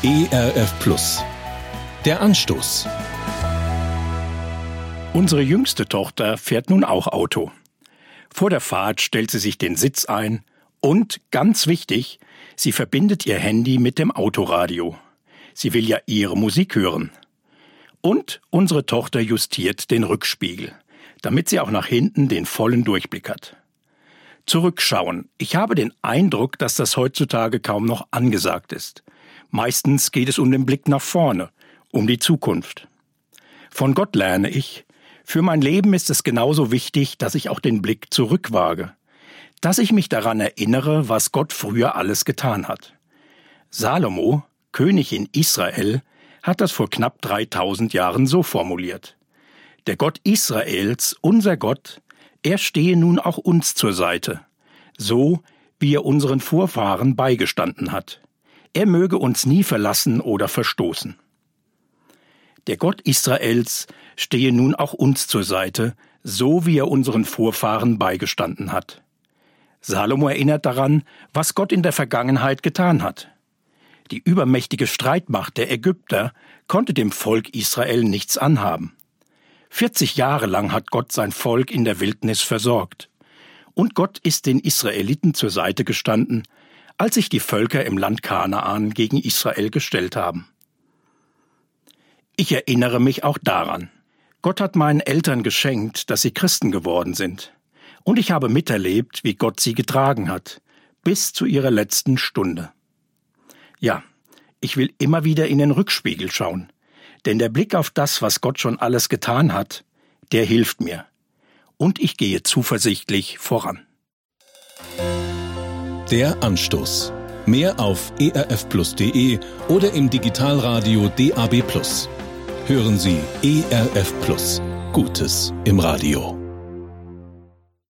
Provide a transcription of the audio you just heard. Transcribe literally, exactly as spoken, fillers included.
E R F Plus. Der Anstoß. Unsere jüngste Tochter fährt nun auch Auto. Vor der Fahrt stellt sie sich den Sitz ein und, ganz wichtig, sie verbindet ihr Handy mit dem Autoradio. Sie will ja ihre Musik hören. Und unsere Tochter justiert den Rückspiegel, damit sie auch nach hinten den vollen Durchblick hat. Zurückschauen. Ich habe den Eindruck, dass das heutzutage kaum noch angesagt ist. Meistens geht es um den Blick nach vorne, um die Zukunft. Von Gott lerne ich, für mein Leben ist es genauso wichtig, dass ich auch den Blick zurückwage, dass ich mich daran erinnere, was Gott früher alles getan hat. Salomo, König in Israel, hat das vor knapp dreitausend Jahren so formuliert: Der Gott Israels, unser Gott, er stehe nun auch uns zur Seite, so wie er unseren Vorfahren beigestanden hat. Er möge uns nie verlassen oder verstoßen. Der Gott Israels stehe nun auch uns zur Seite, so wie er unseren Vorfahren beigestanden hat. Salomo erinnert daran, was Gott in der Vergangenheit getan hat. Die übermächtige Streitmacht der Ägypter konnte dem Volk Israel nichts anhaben. vierzig Jahre lang hat Gott sein Volk in der Wildnis versorgt. Und Gott ist den Israeliten zur Seite gestanden, als sich die Völker im Land Kanaan gegen Israel gestellt haben. Ich erinnere mich auch daran. Gott hat meinen Eltern geschenkt, dass sie Christen geworden sind. Und ich habe miterlebt, wie Gott sie getragen hat, bis zu ihrer letzten Stunde. Ja, ich will immer wieder in den Rückspiegel schauen, denn der Blick auf das, was Gott schon alles getan hat, der hilft mir. Und ich gehe zuversichtlich voran. Der Anstoß. Mehr auf e r f plus punkt d e oder im Digitalradio D A B plus. Hören Sie E R F Plus. Gutes im Radio.